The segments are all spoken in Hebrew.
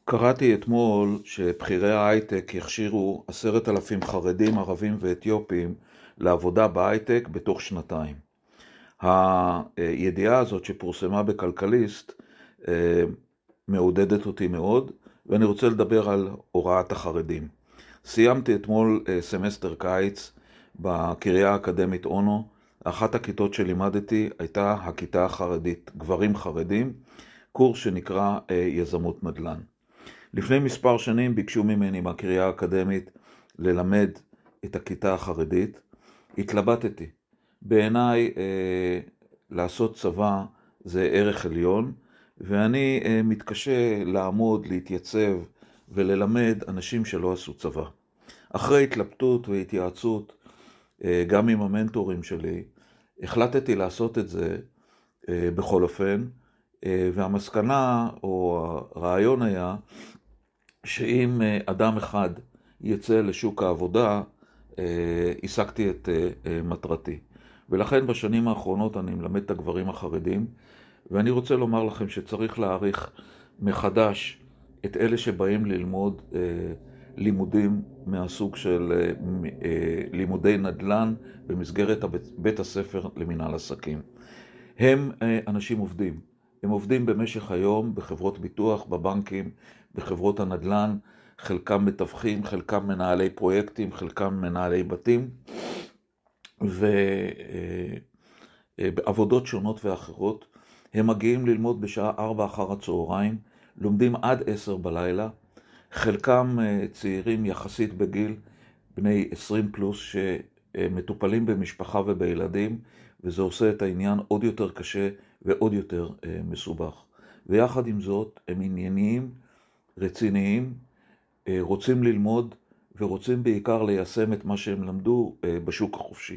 קראתי אתמול שבכירי ההייטק יכשירו 10,000 חרדים, ערבים ואתיופים לעבודה בהייטק בתוך שנתיים. הידיעה הזאת שפורסמה בכלכליסט מעודדת אותי מאוד, ואני רוצה לדבר על הוראת החרדים. סיימתי אתמול סמסטר קיץ בקריה האקדמית אונו. אחת הכיתות שלימדתי הייתה הכיתה החרדית, גברים חרדים, קורס שנקרא יזמות נדל"ן. לפני מספר שנים ביקשו ממני מהקריה האקדמית ללמד את הכיתה החרדית. התלבטתי. בעיניי לעשות צבא זה ערך עליון, ואני מתקשה לעמוד, להתייצב וללמד אנשים שלא עשו צבא. אחרי התלבטות והתייעצות, גם עם המנטורים שלי, החלטתי לעשות את זה בכל אופן, והמסקנה או הרעיון היה שאם אדם אחד יצא לשוק העבודה, השגתי את מטרתי. ולכן בשנים האחרונות אני מלמד את הגברים החרדים, ואני רוצה לומר לכם שצריך להעריך מחדש את אלה שבאים ללמוד לימודים מהסוג של לימודי נדל"ן במסגרת בית הספר למנהל עסקים. הם אנשים עובדים. הם עובדים במשך היום בחברות ביטוח, בבנקים, בחברות הנדל"ן, חלקם מתווכים, חלקם מנהלי פרויקטים, חלקם מנהלי בתים, ובעבודות שונות ואחרות. הם מגיעים ללמוד בשעה 4 אחר הצהריים, לומדים עד 10 בלילה, חלקם צעירים יחסית בגיל, בני 20 פלוס, שמטופלים במשפחה ובילדים, וזה עושה את העניין עוד יותר קשה ועוד יותר מסובך. ויחד עם זאת, הם ענייניים, רציניים, רוצים ללמוד ורוצים בעיקר ליישם את מה שהם למדו בשוק החופשי.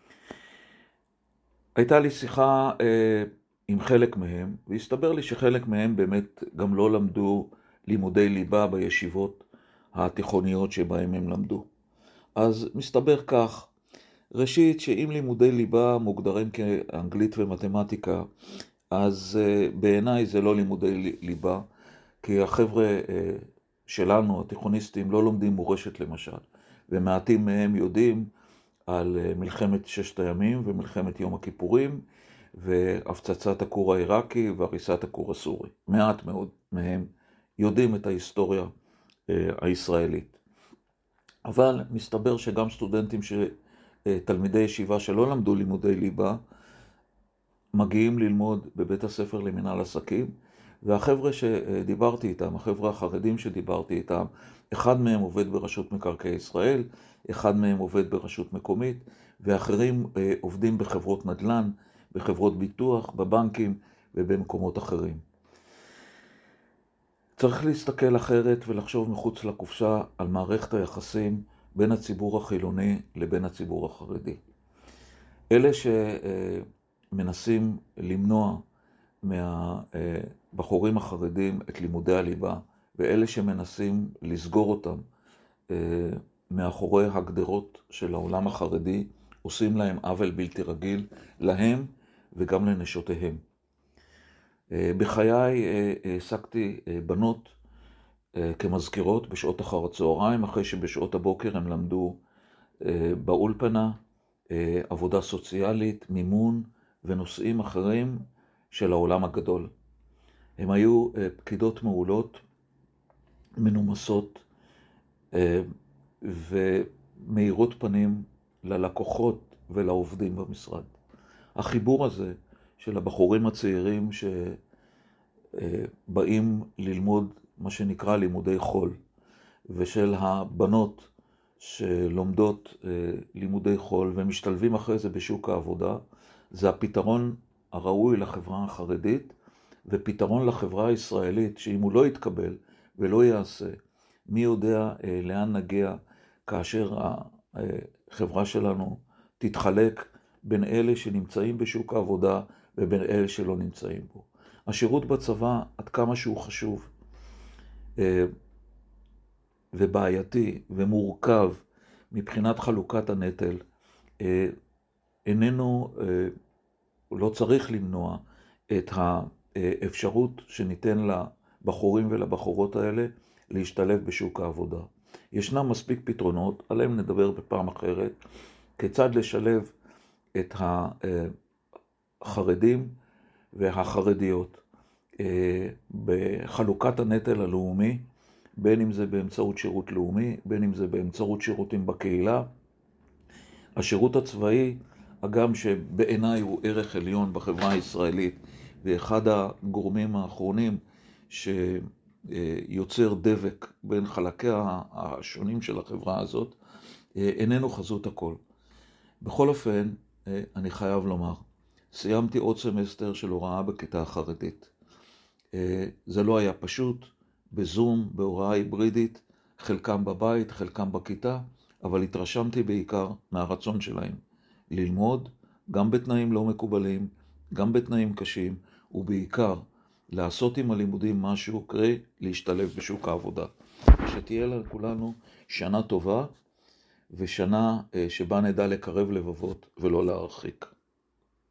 הייתה לי שיחה עם חלק מהם, והסתבר לי שחלק מהם באמת גם לא למדו לימודי ליבה בישיבות התיכוניות שבהם הם למדו. אז מסתבר כך, ראשית שאם לימודי ליבה מוגדרים כאנגלית ומתמטיקה, אז בעיניי זה לא לימודי ליבה, כי החבר'ה שלנו, התיכוניסטים, לא לומדים מורשת למשל, ומעטים מהם יודעים על מלחמת ששת הימים ומלחמת יום הכיפורים, והפצצת הכור העיראקי והריסת הכור הסורי. מעט מאוד מהם יודעים את ההיסטוריה הישראלית. אבל מסתבר שגם סטודנטים תלמידי ישיבה שלא למדו לימודי ליבה, מגיעים ללמוד בבית הספר למנהל עסקים, והחבר'ה שדיברתי איתם, החבר'ה החרדים שדיברתי איתם, אחד מהם עובד ברשות מקרקעי ישראל, אחד מהם עובד ברשות מקומית, ואחרים עובדים בחברות נדל"ן, בחברות ביטוח, בבנקים ובמקומות אחרים. צריך להסתכל אחרת ולחשוב מחוץ לקופסה על מערכת היחסים בין הציבור החילוני לבין הציבור החרדי. אלה שמנסים למנוע מהבחורים החרדים את לימודי הליבה, ואלה שמנסים לסגור אותם מאחורי הגדרות של העולם החרדי, עושים להם עוול בלתי רגיל, להם וגם לנשותיהם. בחיי העסקתי בנות כמזכירות בשעות אחר הצהריים, אחרי שבשעות הבוקר הם למדו באולפנה, עבודה סוציאלית, מימון ונושאים אחרים של העולם הגדול. הם היו פקידות מעולות, מנומסות ומאירות פנים ללקוחות ולעובדים במשרד. החיבור הזה של הבחורים הצעירים שבאים ללמוד מה שנקרא לימודי חול, ושל הבנות שלומדות לימודי חול ומשתלבים אחרי זה בשוק העבודה, זה הפתרון הראוי לחברה החרדית, ופתרון לחברה הישראלית, שאם הוא לא יתקבל ולא יעשה, מי יודע לאן נגיע כאשר החברה שלנו תתחלק בין אלה שנמצאים בשוק העבודה ובין אלה שלא נמצאים בו. השירות בצבא, עד כמה שהוא חשוב ובעייתי ומורכב מבחינת חלוקת הנטל, איננו, לא צריך למנוע את האפשרות שניתן לבחורים ולבחורות האלה להשתלב בשוק העבודה. ישנם מספיק פתרונות, עליהם נדבר בפעם אחרת, כיצד לשלב את החרדים והחרדיות בחלוקת הנטל הלאומי, בין אם זה באמצעות שירות לאומי, בין אם זה באמצעות שירותים בקהילה. השירות הצבאי, הגם שבעיניי הוא ערך עליון בחברה הישראלית, ואחד הגורמים האחרונים שיוצר דבק בין חלקיה השונים של החברה הזאת, איננו חזות הכל. בכל אופן, אני חייב לומר, סיימתי עוד סמסטר של הוראה בכיתה החרדית. זה לא היה פשוט, בזום, בהוראה היברידית, חלקם בבית, חלקם בכיתה, אבל התרשמתי בעיקר מהרצון שלהם ללמוד, גם בתנאים לא מקובלים, גם בתנאים קשים, ובעיקר לעשות עם הלימודים משהו, קרי להשתלב בשוק העבודה. שתהיה לכולנו שנה טובה, ושנה שבה נדע לקרב לבבות ולא להרחיק.